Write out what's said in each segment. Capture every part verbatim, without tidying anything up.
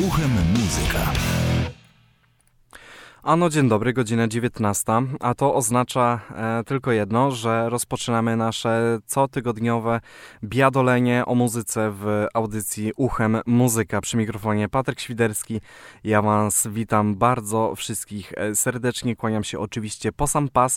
Uchem Muzyka. Ano, dzień dobry, godzina dziewiętnasta, a to oznacza e, tylko jedno, że rozpoczynamy nasze cotygodniowe biadolenie o muzyce w audycji Uchem Muzyka. Przy mikrofonie Patryk Świderski. Ja was witam bardzo wszystkich e, serdecznie, kłaniam się oczywiście po sam pas.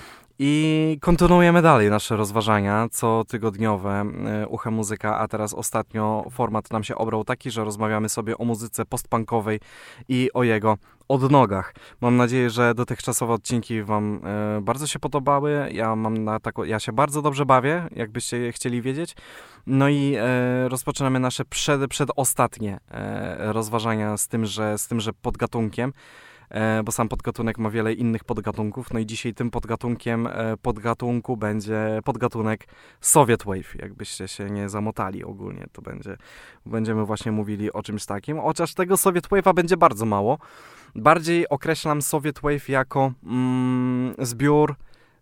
I kontynuujemy dalej nasze rozważania cotygodniowe y, Uchem Muzyka, a teraz ostatnio format nam się obrał taki, że rozmawiamy sobie o muzyce postpunkowej i o jego odnogach. Mam nadzieję, że dotychczasowe odcinki wam y, bardzo się podobały. Ja mam na tako, ja się bardzo dobrze bawię, jakbyście chcieli wiedzieć. No i y, rozpoczynamy nasze przed, przedostatnie y, rozważania z tym, że, z tym, że podgatunkiem. Bo sam podgatunek ma wiele innych podgatunków, no i dzisiaj tym podgatunkiem podgatunku będzie podgatunek Soviet Wave, jakbyście się nie zamotali ogólnie, to będzie, będziemy właśnie mówili o czymś takim, chociaż tego Soviet Wave'a będzie bardzo mało. Bardziej określam Soviet Wave jako mm, zbiór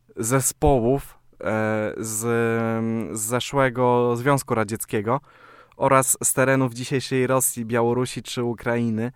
zespołów e, z, z zeszłego Związku Radzieckiego oraz z terenów dzisiejszej Rosji, Białorusi czy Ukrainy,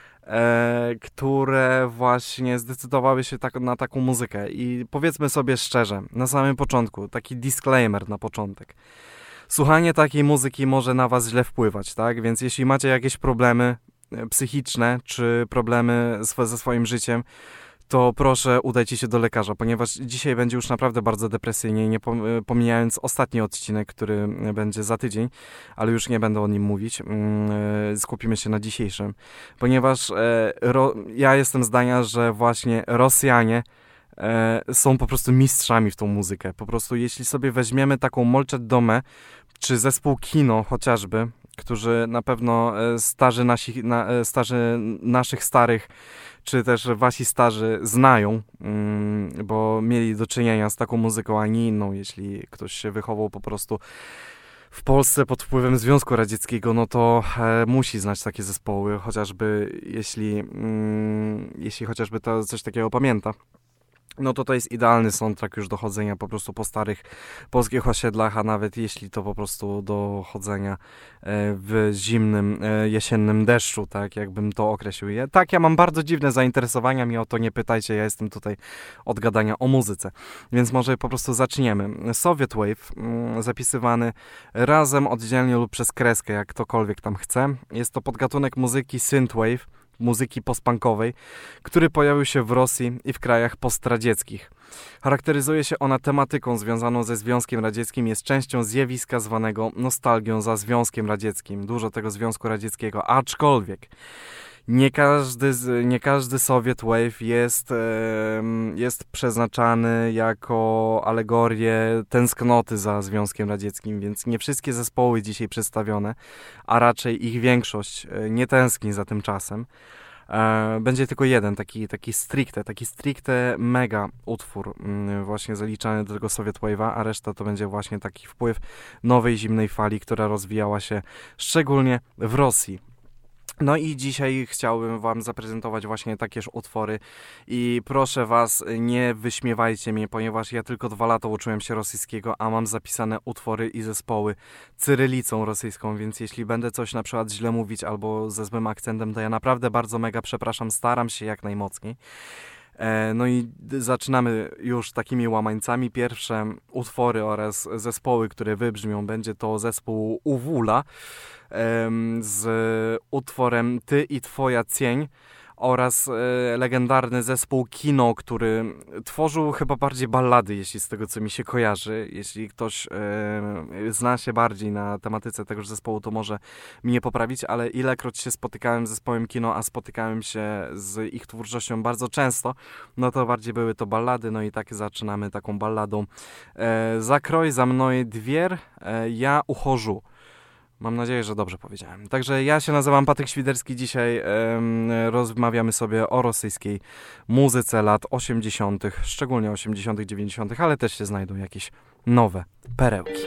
E, które właśnie zdecydowały się tak, na taką muzykę. I powiedzmy sobie szczerze, na samym początku, taki disclaimer na początek. Słuchanie takiej muzyki może na was źle wpływać, tak? Więc jeśli macie jakieś problemy psychiczne, czy problemy swe, ze swoim życiem, to proszę udajcie się do lekarza, ponieważ dzisiaj będzie już naprawdę bardzo depresyjnie, nie pomijając ostatni odcinek, który będzie za tydzień, ale już nie będę o nim mówić, skupimy się na dzisiejszym, ponieważ ro, ja jestem zdania, że właśnie Rosjanie są po prostu mistrzami w tą muzykę. Po prostu jeśli sobie weźmiemy taką Molchat Dome, czy zespół Kino chociażby, którzy na pewno starzy, nasi, na, starzy naszych starych, czy też wasi starzy znają, bo mieli do czynienia z taką muzyką, a nie inną. Jeśli ktoś się wychował po prostu w Polsce pod wpływem Związku Radzieckiego, no to e, musi znać takie zespoły, chociażby jeśli, mm, jeśli chociażby to coś takiego pamięta. No to to jest idealny soundtrack już do chodzenia po prostu po starych polskich osiedlach, a nawet jeśli to po prostu do chodzenia w zimnym, jesiennym deszczu, tak jakbym to określił. Ja, tak, ja mam bardzo dziwne zainteresowania, mnie o to nie pytajcie, ja jestem tutaj od gadania o muzyce. Więc może po prostu zaczniemy. Soviet Wave, zapisywany razem, oddzielnie lub przez kreskę, jak ktokolwiek tam chce. Jest to podgatunek muzyki synthwave, muzyki postpunkowej, który pojawił się w Rosji i w krajach postradzieckich. Charakteryzuje się ona tematyką związaną ze Związkiem Radzieckim, jest częścią zjawiska zwanego nostalgią za Związkiem Radzieckim. Dużo tego Związku Radzieckiego, aczkolwiek nie każdy, nie każdy Soviet Wave jest, jest przeznaczany jako alegorię tęsknoty za Związkiem Radzieckim, więc nie wszystkie zespoły dzisiaj przedstawione, a raczej ich większość nie tęskni za tym czasem. Będzie tylko jeden, taki, taki stricte, taki stricte mega utwór właśnie zaliczany do tego Soviet Wave'a, a reszta to będzie właśnie taki wpływ nowej zimnej fali, która rozwijała się szczególnie w Rosji. No i dzisiaj chciałbym wam zaprezentować właśnie takież utwory i proszę was, nie wyśmiewajcie mnie, ponieważ ja tylko dwa lata uczyłem się rosyjskiego, a mam zapisane utwory i zespoły cyrylicą rosyjską, więc jeśli będę coś na przykład źle mówić albo ze złym akcentem, to ja naprawdę bardzo mega przepraszam, staram się jak najmocniej. No i zaczynamy już takimi łamańcami. Pierwsze utwory oraz zespoły, które wybrzmią, będzie to zespół Uwula z utworem Ty i Twoja cień oraz e, legendarny zespół Kino, który tworzył chyba bardziej ballady, jeśli z tego co mi się kojarzy. Jeśli ktoś e, zna się bardziej na tematyce tegoż zespołu, to może mnie poprawić, ale ilekroć się spotykałem z zespołem Kino, a spotykałem się z ich twórczością bardzo często, no to bardziej były to ballady, no i tak zaczynamy taką balladą. E, Zakroj za mną dwier, e, ja uchożu. Mam nadzieję, że dobrze powiedziałem. Także ja się nazywam Patryk Świderski. Dzisiaj em, rozmawiamy sobie o rosyjskiej muzyce lat osiemdziesiątych, szczególnie osiemdziesiątych, dziewięćdziesiątych, ale też się znajdą jakieś nowe perełki.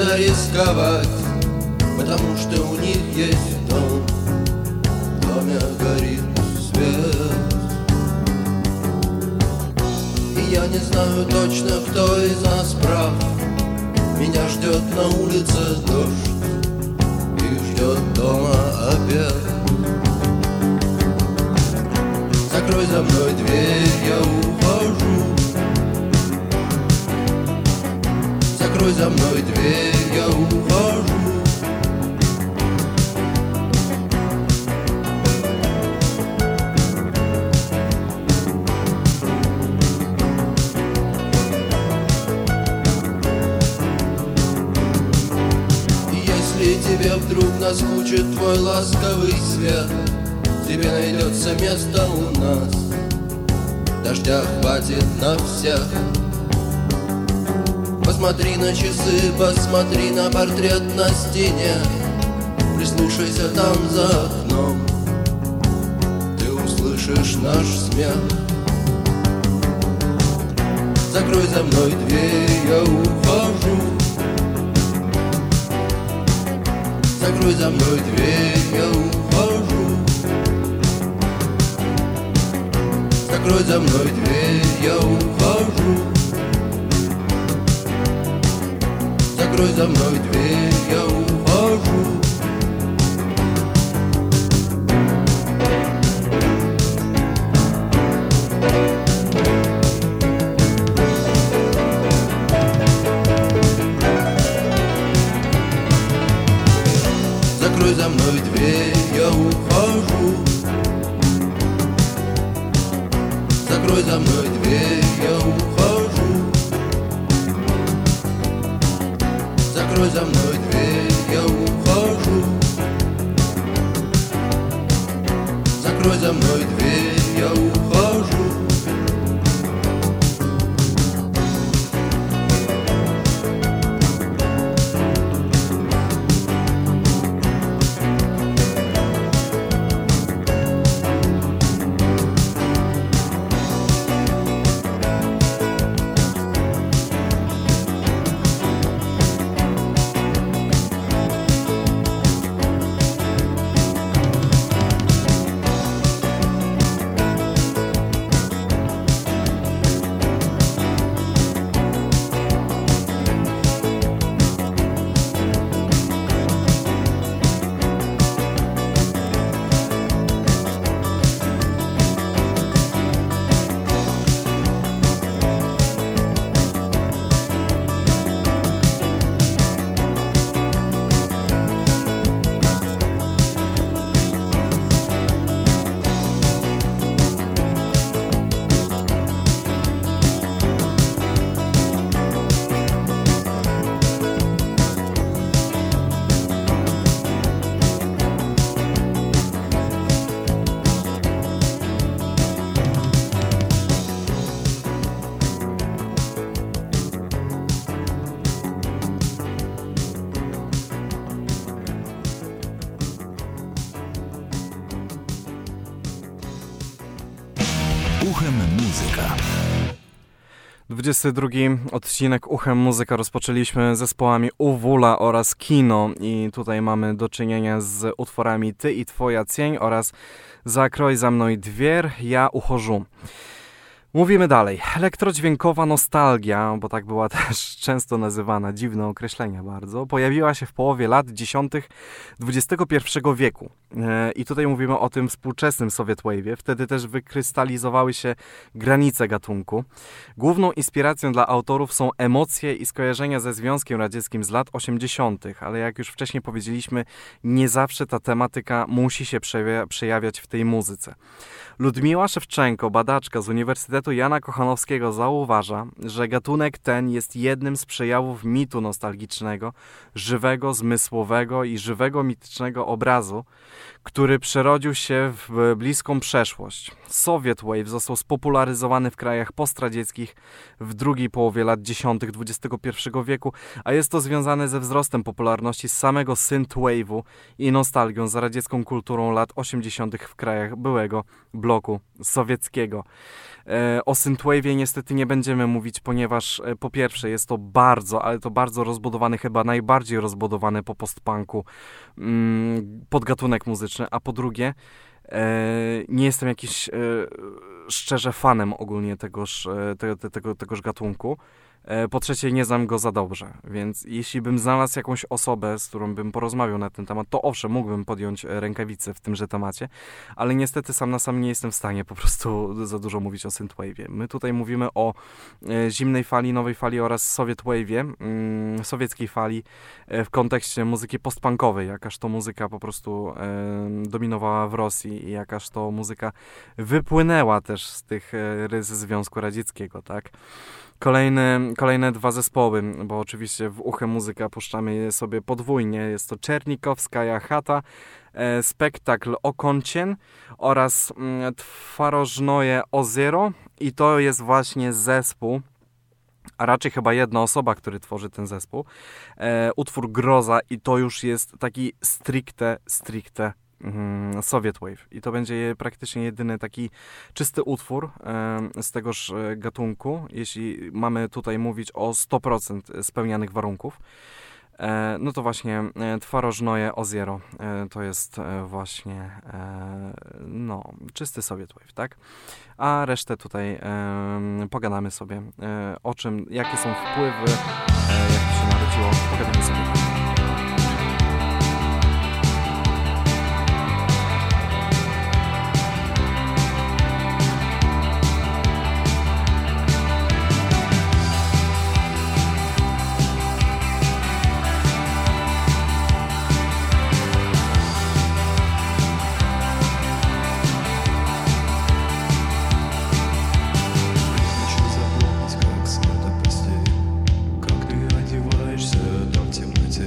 боятся рисковать, потому что у них есть дом. В доме горит свет. И я не знаю точно, кто из нас прав. Меня ждет на улице дождь и ждет дома обед. Закрой за мной дверь, я ухожу. Закрой за мной дверь, я ухожу. И если тебе вдруг наскучит твой ласковый свет, тебе найдется место у нас, дождя хватит на всех. Посмотри на часы, посмотри на портрет на стене, прислушайся там за окном, ты услышишь наш смех. Закрой за мной дверь, я ухожу. Закрой за мной дверь, я ухожу. Закрой за мной дверь, я ухожу. Закрой за мной дверь, я ухожу. Закрой за мной дверь, я ухожу. Закрой за мной дверь, я ухожу. Закрой за мной дверь, я ухожу. Закрой за мной дверь, я ухожу. Uchem Muzyka. dwudziesty drugi odcinek Uchem Muzyka rozpoczęliśmy zespołami Uwula oraz Kino i tutaj mamy do czynienia z utworami Ty i Twoja cień oraz Zakroj za mną dwier, ja uchożu. Mówimy dalej. Elektrodźwiękowa nostalgia, bo tak była też często nazywana, dziwne określenia bardzo, pojawiła się w połowie lat dziesiątych dwudziestego pierwszego wieku. I tutaj mówimy o tym współczesnym Soviet Wave'ie. Wtedy też wykrystalizowały się granice gatunku. Główną inspiracją dla autorów są emocje i skojarzenia ze Związkiem Radzieckim z lat osiemdziesiątych, ale jak już wcześniej powiedzieliśmy, nie zawsze ta tematyka musi się przejawiać w tej muzyce. Ludmiła Szewczenko, badaczka z Uniwersytetu Jana Kochanowskiego, zauważa, że gatunek ten jest jednym z przejawów mitu nostalgicznego, żywego, zmysłowego i żywego mitycznego obrazu, który przerodził się w bliską przeszłość. Soviet Wave został spopularyzowany w krajach postradzieckich w drugiej połowie lat dziesiątych dwudziestego pierwszego wieku, a jest to związane ze wzrostem popularności samego synthwave'u i nostalgią za radziecką kulturą lat osiemdziesiątych w krajach byłego bloku sowieckiego. O synthwave'ie niestety nie będziemy mówić, ponieważ po pierwsze jest to bardzo, ale to bardzo rozbudowany, chyba najbardziej rozbudowany po postpunku podgatunek muzyczny, a po drugie nie jestem jakiś szczerze fanem ogólnie tegoż, tego, tego, tegoż gatunku. Po trzecie, nie znam go za dobrze, więc jeśli bym znalazł jakąś osobę, z którą bym porozmawiał na ten temat, to owszem, mógłbym podjąć rękawice w tymże temacie, ale niestety sam na sam nie jestem w stanie po prostu za dużo mówić o synthwave'ie. My tutaj mówimy o zimnej fali, nowej fali oraz Soviet wave'ie, mm, sowieckiej fali w kontekście muzyki postpunkowej, jakaż to muzyka po prostu e, dominowała w Rosji i jakaż to muzyka wypłynęła też z tych rys Związku Radzieckiego, tak? Kolejne, kolejne dwa zespoły, bo oczywiście w Uchem Muzyka puszczamy je sobie podwójnie. Jest to Czernikowskaja Chata, e, Spektakl Okoncien oraz mm, Twarożnoje Ozero i to jest właśnie zespół, a raczej chyba jedna osoba, który tworzy ten zespół. E, utwór Groza i to już jest taki stricte, stricte Soviet Wave. I to będzie praktycznie jedyny taki czysty utwór e, z tegoż gatunku, jeśli mamy tutaj mówić o sto procent spełnianych warunków. E, no to właśnie e, Twarożnoje Ozero e, to jest e, właśnie e, no, czysty Soviet Wave, tak? A resztę tutaj e, pogadamy sobie e, o czym, jakie są wpływy, e, jak to się narodziło, pogadamy sobie. Как ты одеваешься там в темноте?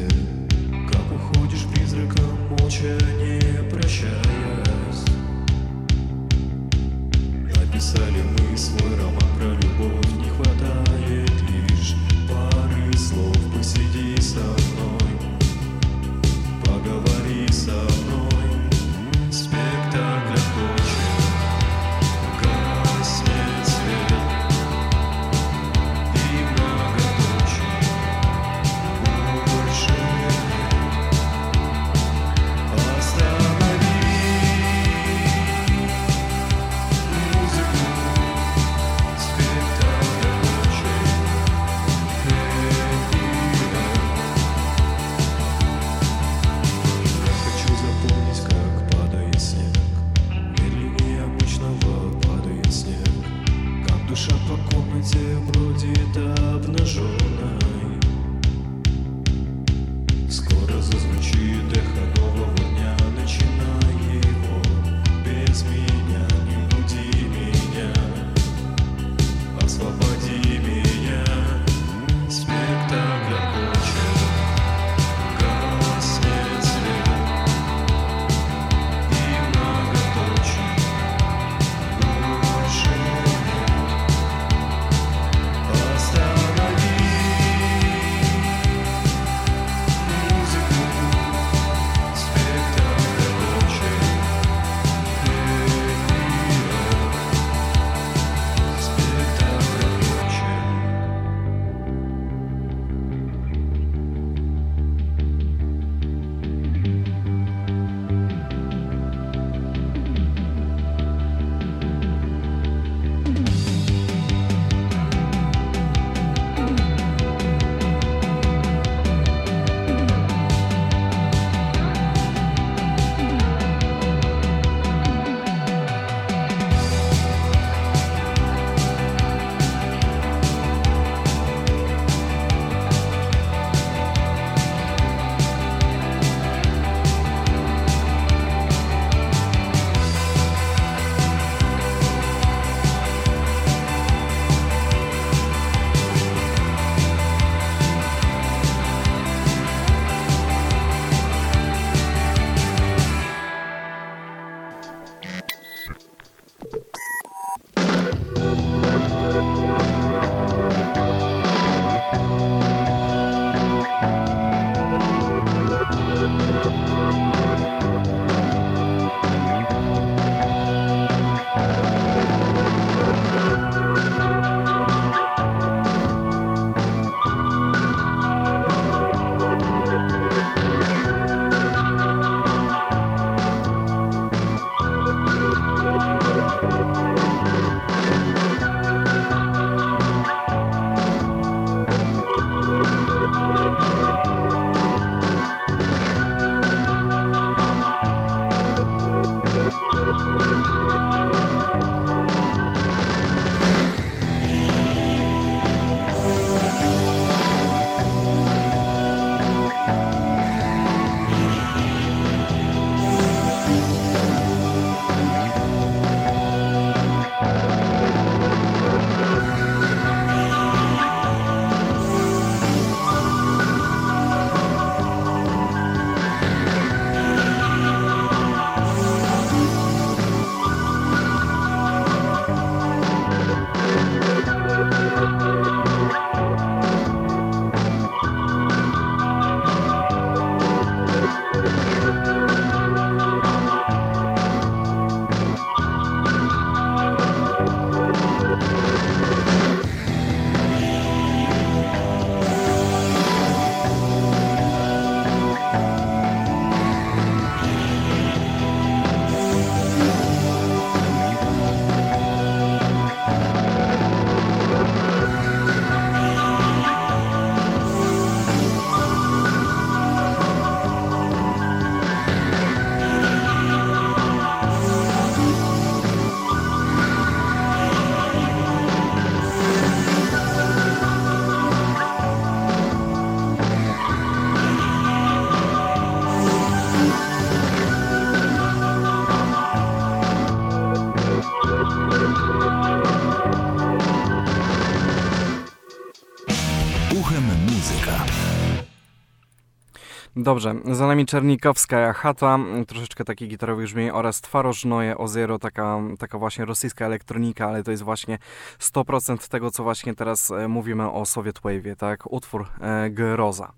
Dobrze, za nami Czernikowska chata, troszeczkę taki gitarowy brzmień oraz Twarożnoje Ozero, taka, taka właśnie rosyjska elektronika, ale to jest właśnie sto procent tego, co właśnie teraz mówimy o Soviet Wave'ie, tak? Utwór e, Groza.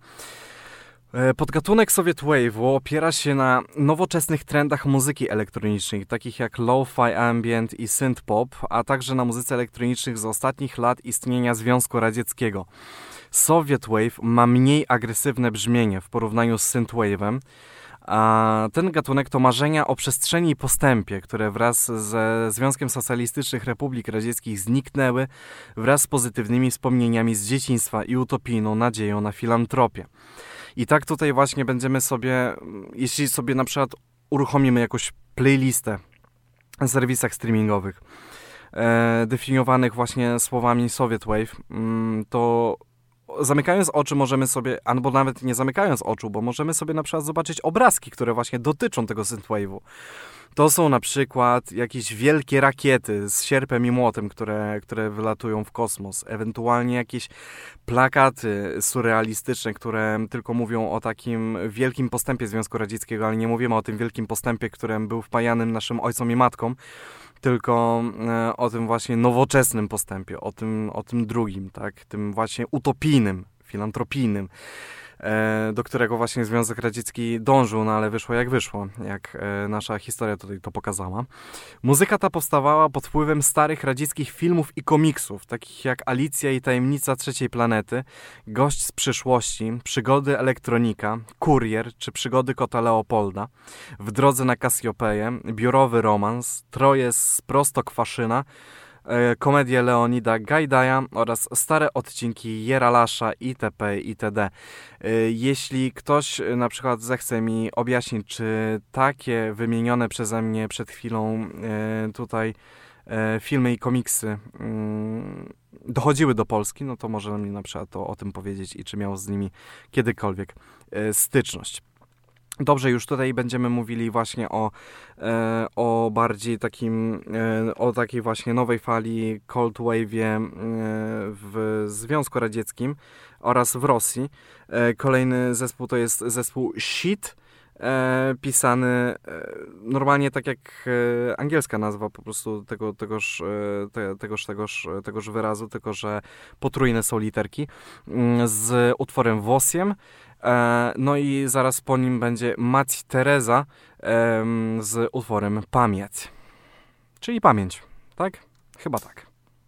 Podgatunek Soviet Wave'u opiera się na nowoczesnych trendach muzyki elektronicznej, takich jak lo-fi ambient i synth-pop, a także na muzyce elektronicznej z ostatnich lat istnienia Związku Radzieckiego. Soviet Wave ma mniej agresywne brzmienie w porównaniu z synthwave'em, a ten gatunek to marzenia o przestrzeni i postępie, które wraz ze Związkiem Socjalistycznych Republik Radzieckich zniknęły wraz z pozytywnymi wspomnieniami z dzieciństwa i utopijną nadzieją na filantropię. I tak tutaj właśnie będziemy sobie, jeśli sobie na przykład uruchomimy jakąś playlistę w serwisach streamingowych e, definiowanych właśnie słowami Soviet Wave, mm, to zamykając oczy możemy sobie, albo nawet nie zamykając oczu, bo możemy sobie na przykład zobaczyć obrazki, które właśnie dotyczą tego synthwave'u. To są na przykład jakieś wielkie rakiety z sierpem i młotem, które, które wylatują w kosmos. Ewentualnie jakieś plakaty surrealistyczne, które tylko mówią o takim wielkim postępie Związku Radzieckiego, ale nie mówimy o tym wielkim postępie, którym był wpajanym naszym ojcom i matkom, tylko e, o tym właśnie nowoczesnym postępie, o tym, o tym drugim, tak, tym właśnie utopijnym, filantropijnym, e, do którego właśnie Związek Radziecki dążył, no ale wyszło jak wyszło, jak e, nasza historia tutaj to pokazała. Muzyka ta powstawała pod wpływem starych radzieckich filmów i komiksów, takich jak Alicja i Tajemnica Trzeciej Planety, Gość z przyszłości, Przygody elektronika, Kurier czy Przygody kota Leopolda, W drodze na Kasiopeję, Biurowy romans, Troje z Prostokwaszyna, komedię Leonida Gajdaja oraz stare odcinki Jeralasza itp. itd. Jeśli ktoś na przykład zechce mi objaśnić, czy takie wymienione przeze mnie przed chwilą tutaj filmy i komiksy dochodziły do Polski, no to może mi na przykład to o tym powiedzieć i czy miał z nimi kiedykolwiek styczność. Dobrze, już tutaj będziemy mówili właśnie o, e, o bardziej takim, e, o takiej właśnie nowej fali Cold Wave'ie e, w Związku Radzieckim oraz w Rosji. E, kolejny zespół to jest zespół Shit, e, pisany e, normalnie tak jak e, angielska nazwa po prostu tego, tegoż, e, te, tegoż, tegoż, tegoż wyrazu, tylko że potrójne są literki, m, z utworem Wosiem. No i zaraz po nim będzie Mać Teresa z utworem Pamięć. Czyli pamięć, tak? Chyba tak.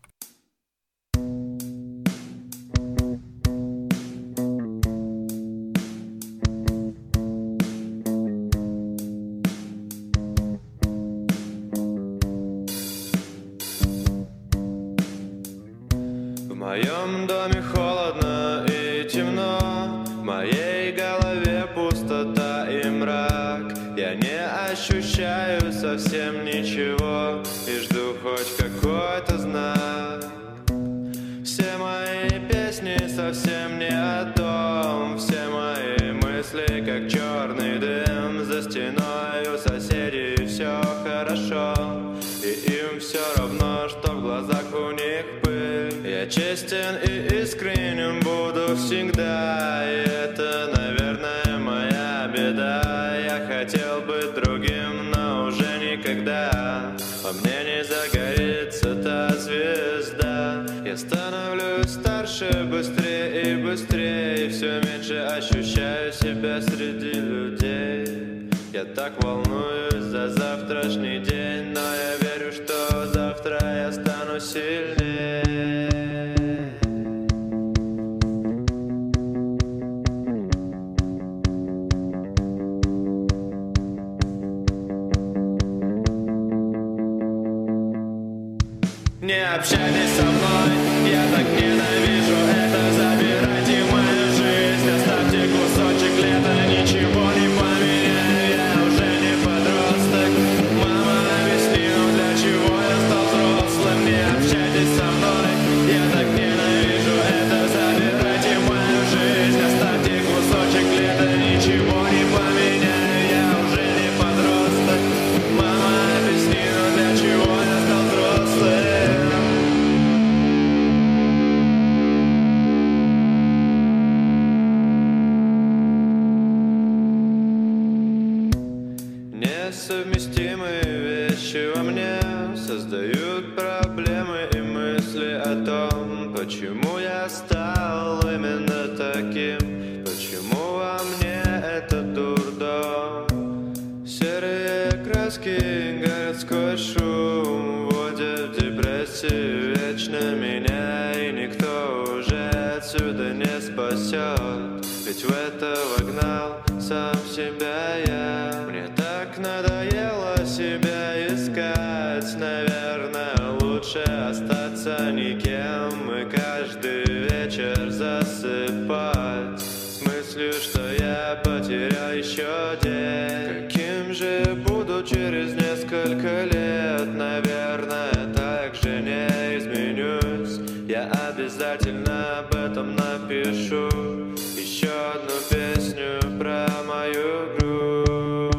W moim domie холодно и темно, в моей голове пустота и мрак. Я не ощущаю совсем ничего и жду хоть какой-то знак. Все мои песни совсем не о том, все мои мысли как черный дым. За стеной у соседей все хорошо, и им все равно, что в глазах у них пыль. Я честен и искренен буду всегда, и это, наверное, моя беда. Я хотел быть другим, но уже никогда во мне не загорится та звезда. Я становлюсь старше быстрее и быстрее, и все меньше ощущаю себя среди людей. Я так волнуюсь за завтрашний день, но я верю, что завтра я стану сильнее. Не общайтесь со мной, я так ненавижу это. Забирайте мою жизнь, оставьте кусочек лета. Ничего не поменяю, я уже не подросток. Мама, объясни, ну для чего я стал взрослым. Не общайтесь со мной, я так ненавижу это. Забирайте мою жизнь, оставьте кусочек лета. Ничего не поменяю, я уже не подросток. Мама, объясни, ну для чего я стал взрослым. Любимые вещи во мне создают проблемы и мысли о том, почему я стал именно таким, почему во мне этот дурдом. Серые краски, городской шум вводят в депрессию вечно меня, и никто уже отсюда не спасет, ведь в это вогнал сам себя я. Мне так надоело себя искать, наверное, лучше остаться никем и каждый вечер засыпать с мыслью, что я потерял еще день. Каким же буду через несколько лет, наверное, так же не изменюсь. Я обязательно об этом напишу еще одну песню про мою грусть.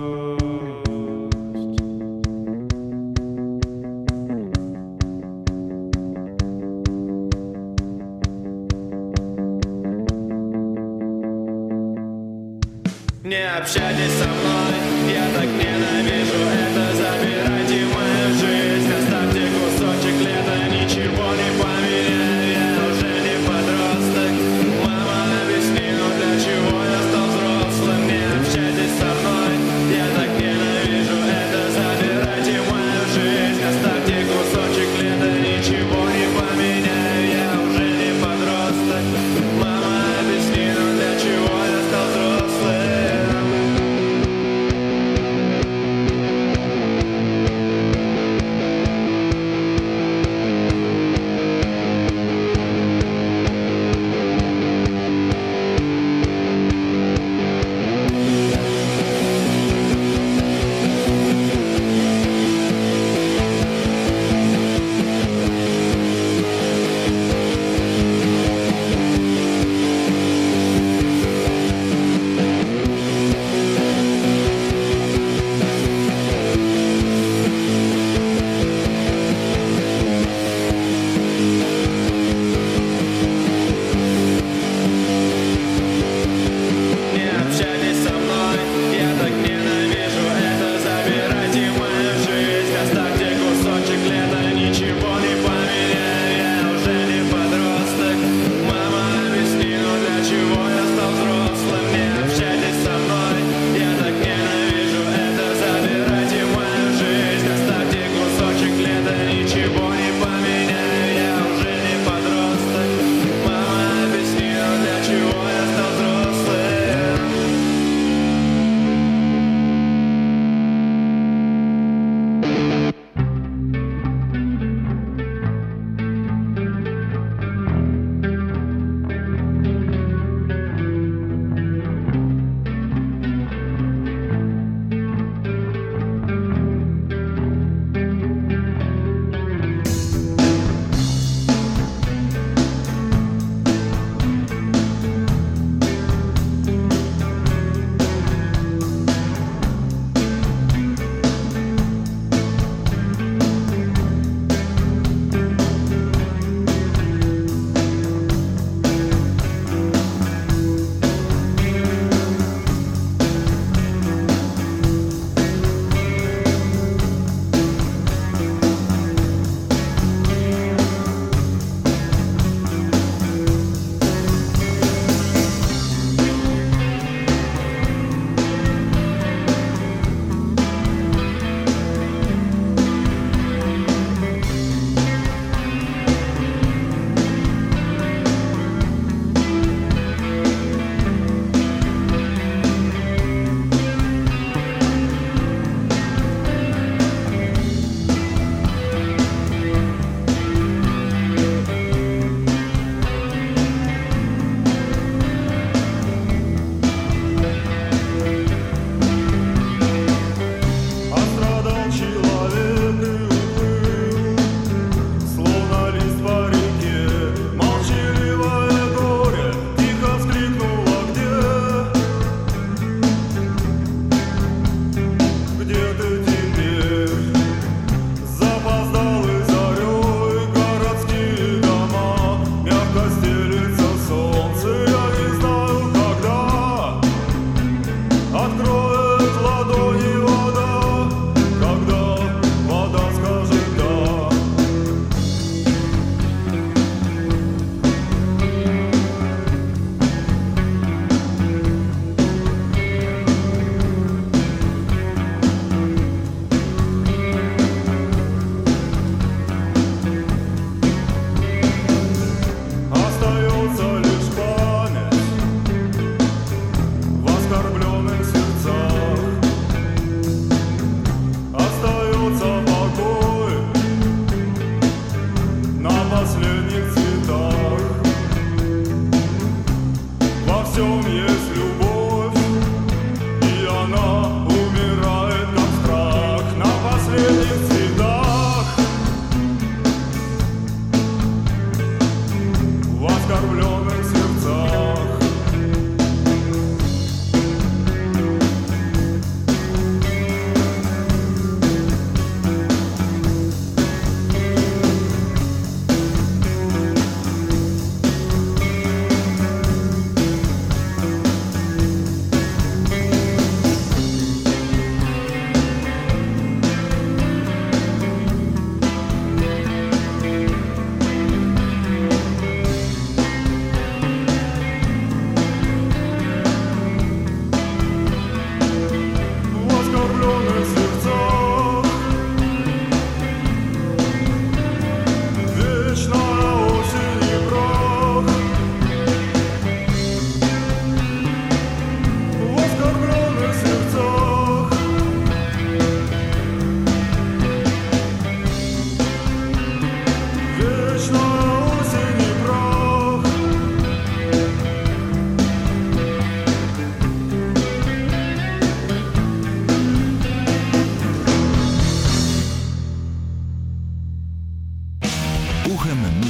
Не общайтесь со мной, я так ненавижу это. Забирайте мою жизнь, оставьте кусочек лета. Ничего не поменяю, я уже не подросток. Мама, объясни, ну для чего я стал взрослым. Не общайтесь со мной, я так ненавижу это. Забирайте мою жизнь, оставьте кусочек лета. Ничего не поменяю, я уже не подросток. Мама, объясни, ну для чего я стал взрослым.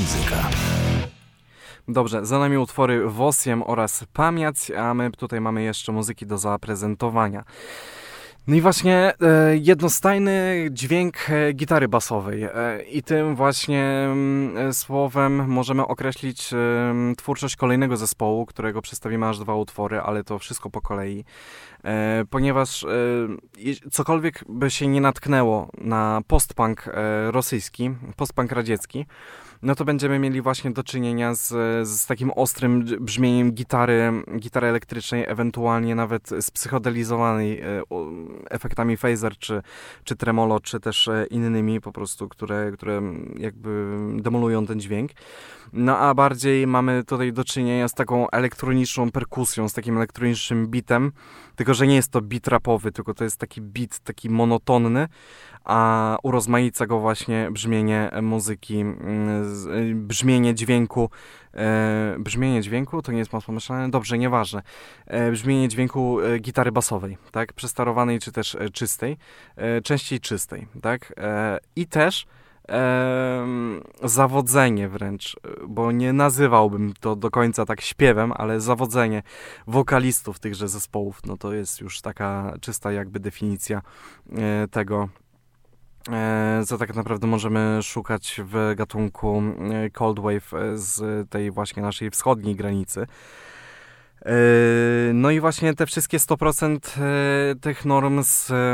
Muzyka. Dobrze, za nami utwory Wosjem oraz Pamięć, a my tutaj mamy jeszcze muzyki do zaprezentowania. No i właśnie e, jednostajny dźwięk e, gitary basowej e, i tym właśnie e, słowem możemy określić e, twórczość kolejnego zespołu, którego przedstawimy aż dwa utwory, ale to wszystko po kolei, e, ponieważ e, cokolwiek by się nie natknęło na postpunk e, rosyjski, postpunk radziecki, no to będziemy mieli właśnie do czynienia z, z takim ostrym brzmieniem gitary, gitary elektrycznej, ewentualnie nawet z psychodelizowanej e, efektami phaser, czy, czy tremolo, czy też innymi po prostu, które, które jakby demolują ten dźwięk. No a bardziej mamy tutaj do czynienia z taką elektroniczną perkusją, z takim elektronicznym bitem, tylko że nie jest to beat rapowy, tylko to jest taki beat taki monotonny, a urozmaica go właśnie brzmienie muzyki, brzmienie dźwięku, e, brzmienie dźwięku, to nie jest masło myślane, dobrze, nieważne, e, brzmienie dźwięku e, gitary basowej, tak, przestarowanej czy też e, czystej, e, częściej czystej, tak, e, i też e, zawodzenie wręcz, bo nie nazywałbym to do końca tak śpiewem, ale zawodzenie wokalistów tychże zespołów, no to jest już taka czysta jakby definicja e, tego, co tak naprawdę możemy szukać w gatunku Cold Wave z tej właśnie naszej wschodniej granicy. No i właśnie te wszystkie sto procent tych norm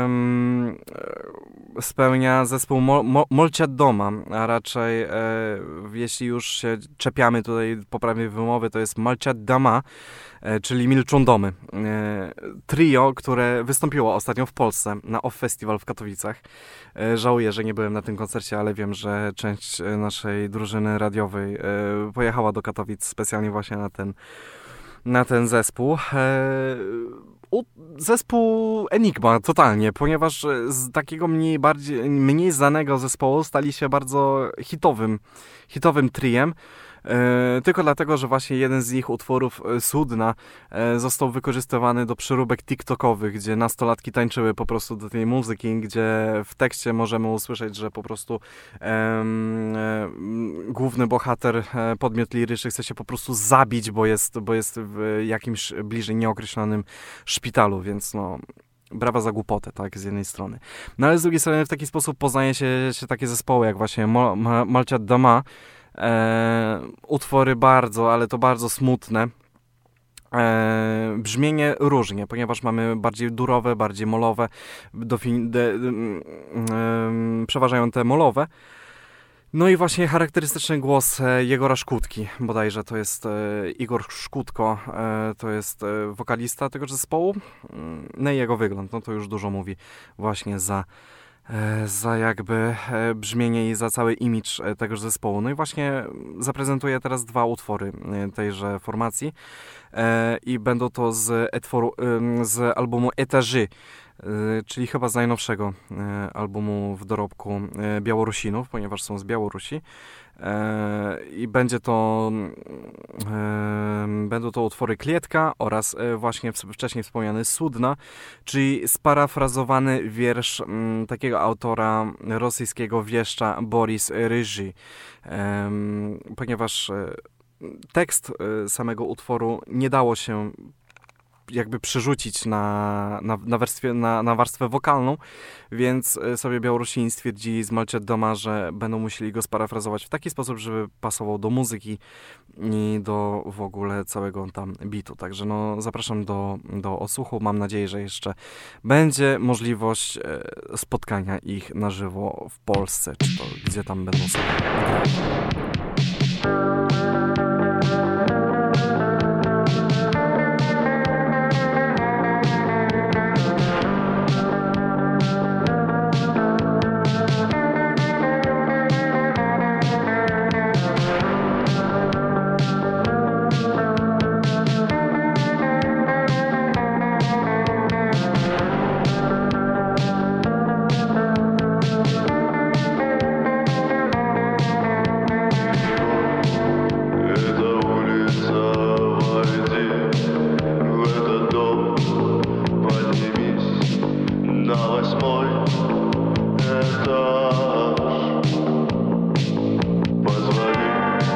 spełnia zespół Molchat Doma, a raczej jeśli już się czepiamy tutaj poprawnej wymowy, to jest Molchat Dama, czyli Milczą Domy. Trio, które wystąpiło ostatnio w Polsce na Off Festival w Katowicach. Żałuję, że nie byłem na tym koncercie, ale wiem, że część naszej drużyny radiowej pojechała do Katowic specjalnie właśnie na ten na ten zespół. Zespół Enigma, totalnie, ponieważ z takiego mniej, bardziej, mniej znanego zespołu stali się bardzo hitowym, hitowym triem. E, tylko dlatego, że właśnie jeden z ich utworów, Cudna, e, został wykorzystywany do przeróbek tiktokowych, gdzie nastolatki tańczyły po prostu do tej muzyki, gdzie w tekście możemy usłyszeć, że po prostu e, e, główny bohater, e, podmiot liryczny chce się po prostu zabić, bo jest, bo jest w jakimś bliżej nieokreślonym szpitalu, więc no... Brawa za głupotę, tak, z jednej strony. No ale z drugiej strony w taki sposób poznaje się, się takie zespoły, jak właśnie Molchat Dama, e, utwory bardzo, ale to bardzo smutne. E, brzmienie różnie, ponieważ mamy bardziej durowe, bardziej molowe, dofin, de, de, e, przeważają te molowe. No i właśnie charakterystyczny głos Jegora Szkutki, bodajże to jest e, Igor Szkutko, e, to jest e, wokalista tego zespołu. No i jego wygląd, no to już dużo mówi właśnie za, e, za jakby e, brzmienie i za cały imidż e, tegoż zespołu. No i właśnie zaprezentuję teraz dwa utwory e, tejże formacji e, i będą to z, etworu, e, z albumu Etaży, czyli chyba z najnowszego albumu w dorobku Białorusinów, ponieważ są z Białorusi. I będzie to, będą to utwory Klietka oraz właśnie wcześniej wspomniany Cudna, czyli sparafrazowany wiersz takiego autora rosyjskiego wieszcza Boris Ryży. Ponieważ tekst samego utworu nie dało się jakby przerzucić na, na, na, warstwie, na, na warstwę wokalną, więc sobie Białorusini stwierdzili z Molchat Doma, że będą musieli go sparafrazować w taki sposób, żeby pasował do muzyki i do w ogóle całego tam bitu. Także no, zapraszam do, do odsłuchu. Mam nadzieję, że jeszcze będzie możliwość spotkania ich na żywo w Polsce, czy to gdzie tam będą sobie grali. Позвони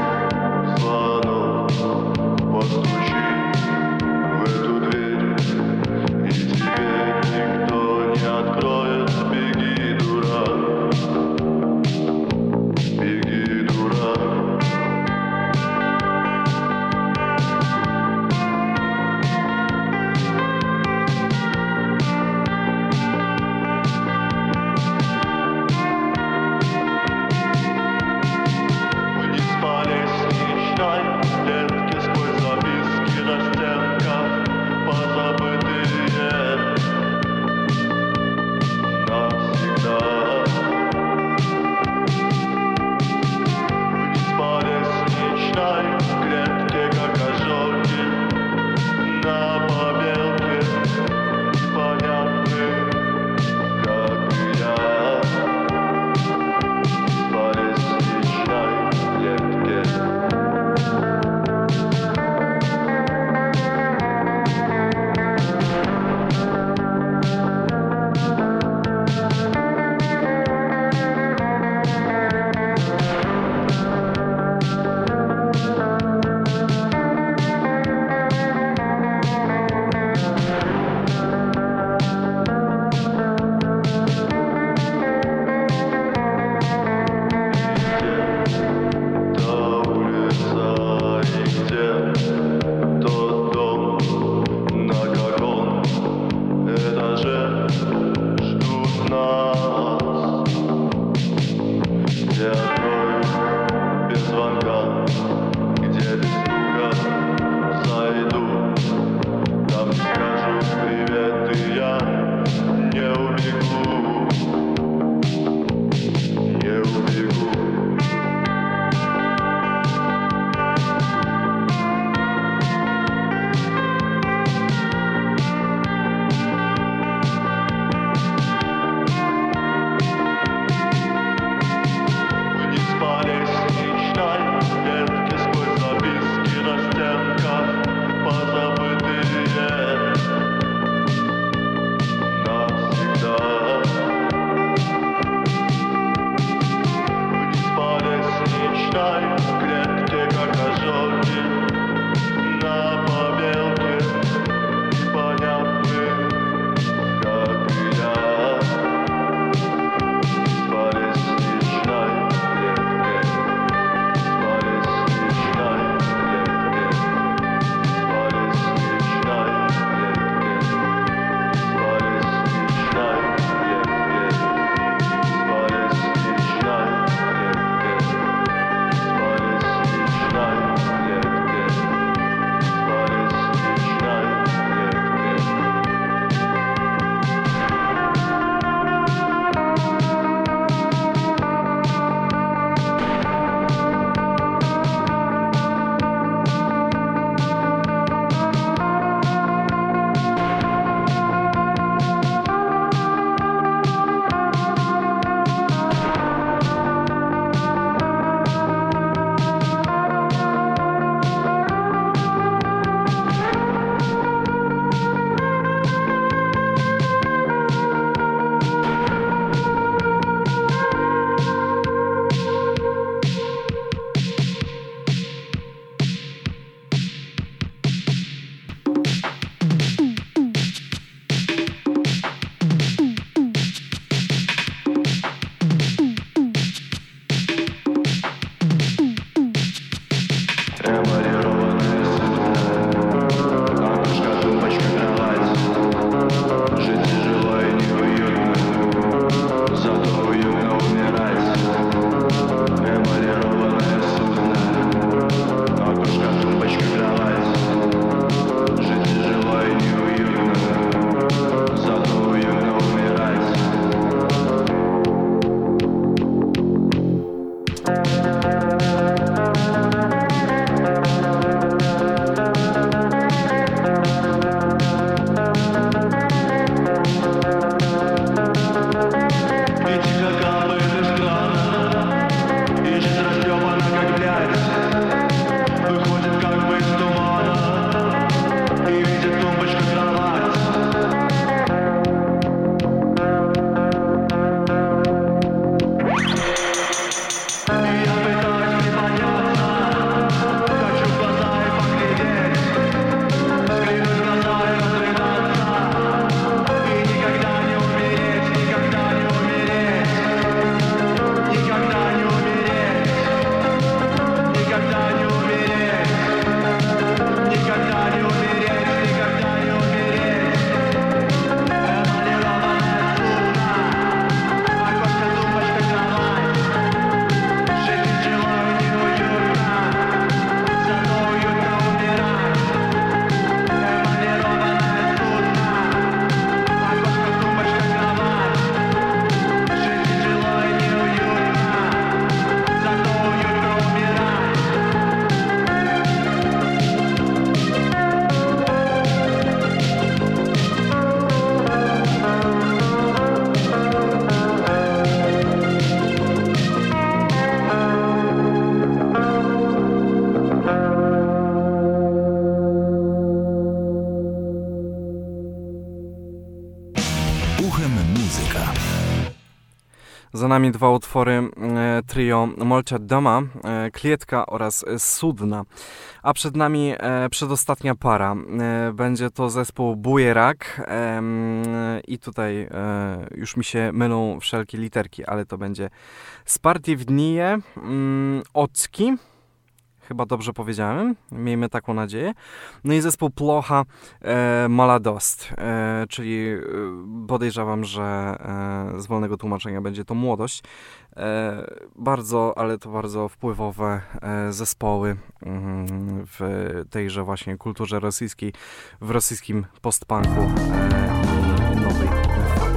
nami dwa utwory e, trio Molčat doma, e, Klietka oraz Судна. A przed nami e, przedostatnia para. E, będzie to zespół Bujerak e, i tutaj e, już mi się mylą wszelkie literki, ale to będzie Sportivnie mm, Ocki. Chyba dobrze powiedziałem, miejmy taką nadzieję. No i zespół Plocha e, Maladost, e, czyli e, podejrzewam, że e, z wolnego tłumaczenia będzie to młodość. E, bardzo, ale to bardzo wpływowe e, zespoły mm, w tejże właśnie kulturze rosyjskiej, w rosyjskim postpunku e, i nowej fali.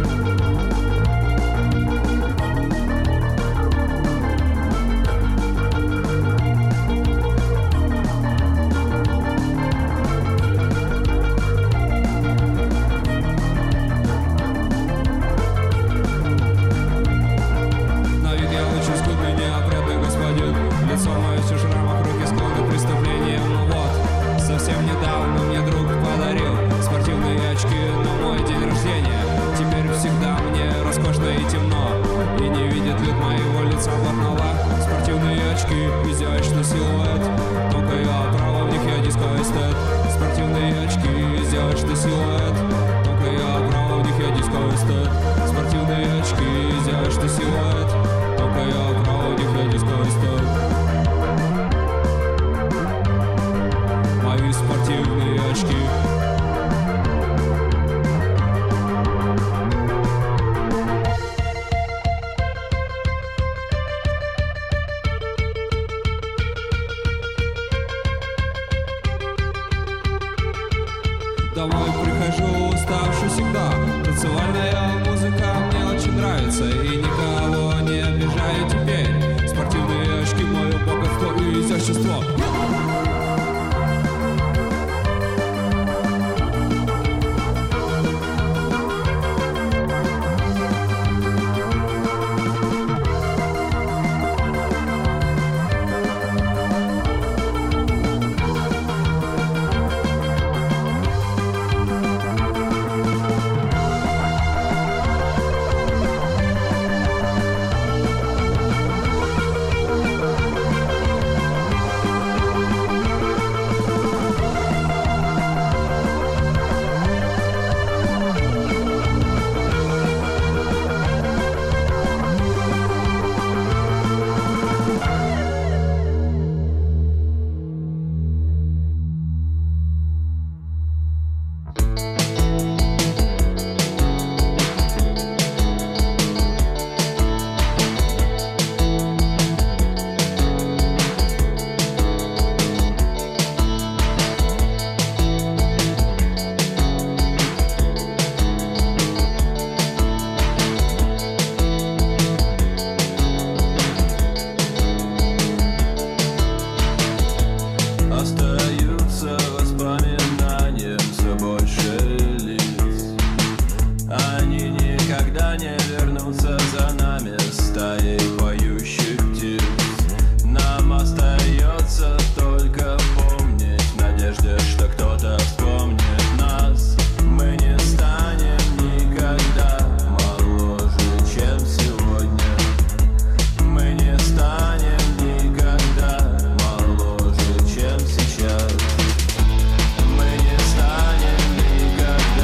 Домой прихожу, уставший всегда. Танцевальная музыка мне очень нравится. И никого не обижаю теперь. Спортивные очки, мое богатство и изящество.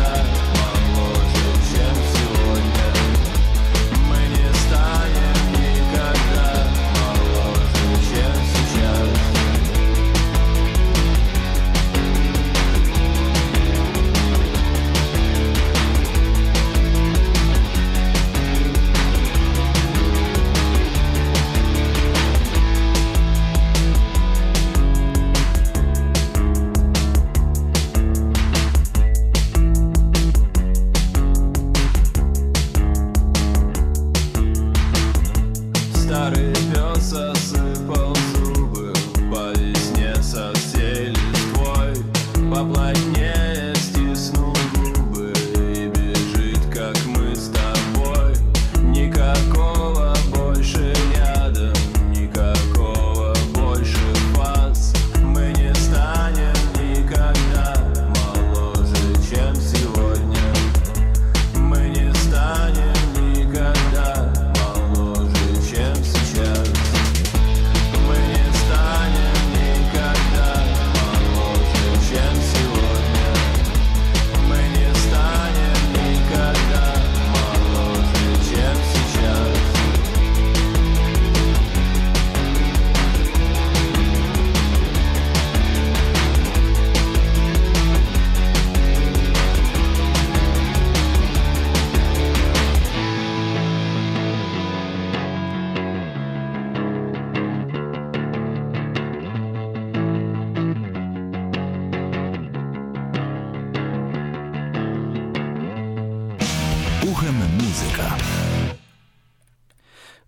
Мы не станем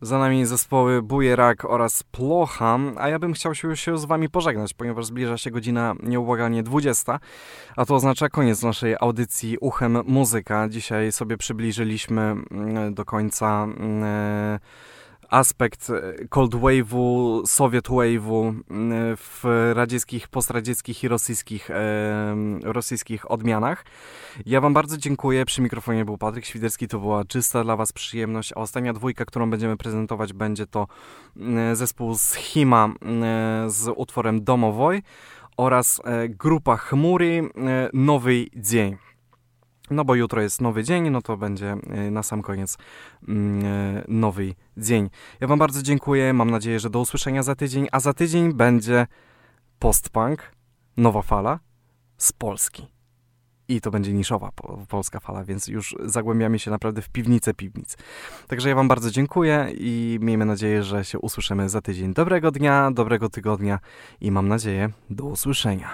Za nami zespoły Bujerak oraz Plocha, a ja bym chciał się, się z wami pożegnać, ponieważ zbliża się godzina nieubłaganie dwudziesta, a to oznacza koniec naszej audycji Uchem Muzyka. Dzisiaj sobie przybliżyliśmy do końca e, aspekt cold wave'u, soviet wave'u w radzieckich, postradzieckich i rosyjskich, e, rosyjskich odmianach. Ja wam bardzo dziękuję. Przy mikrofonie był Patryk Świderski. To była czysta dla was przyjemność. A ostatnia dwójka, którą będziemy prezentować, będzie to zespół z Hima z utworem Domowoj oraz grupa Chmury Nowy Dzień. No bo jutro jest nowy dzień, no to będzie na sam koniec nowy dzień. Ja wam bardzo dziękuję, mam nadzieję, że do usłyszenia za tydzień, a za tydzień będzie postpunk, nowa fala z Polski. I to będzie niszowa po, polska fala, więc już zagłębiamy się naprawdę w piwnicę piwnic. Także ja wam bardzo dziękuję i miejmy nadzieję, że się usłyszymy za tydzień. Dobrego dnia, dobrego tygodnia i mam nadzieję do usłyszenia.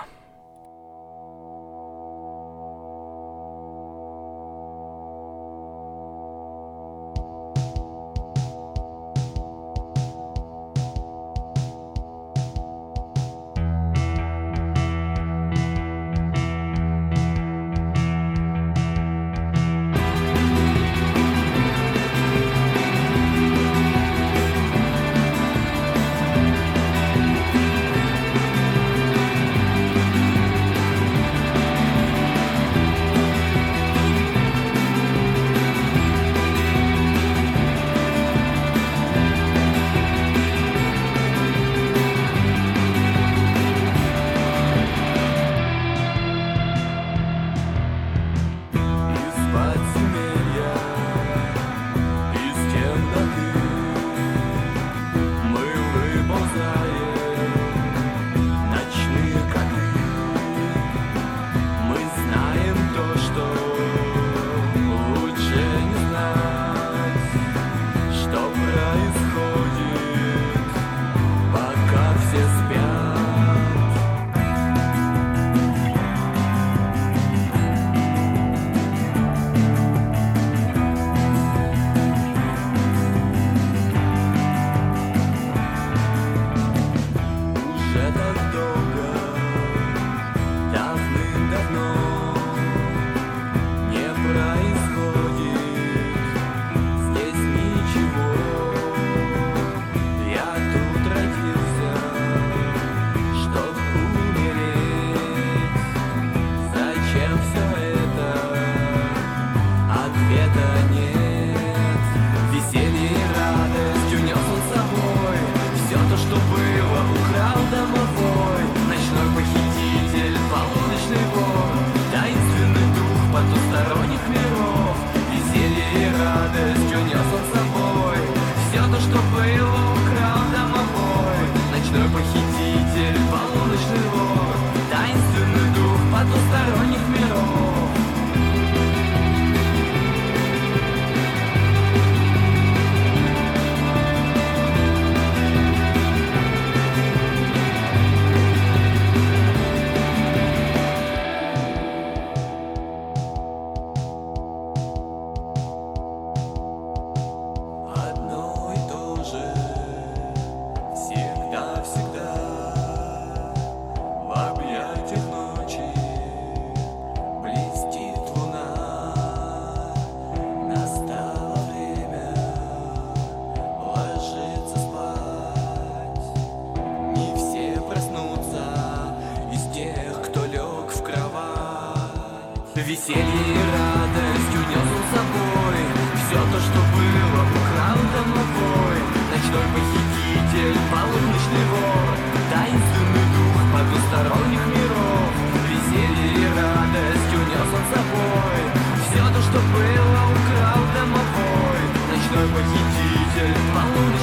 Веселье и радость унес он с собой. Все то, что было, украл домовой. Ночной похититель, полуночный вор, таинственный дух потусторонних миров. Веселье и радость унес он с собой. Все то, что было, украл домовой. Ночной похититель, полуночный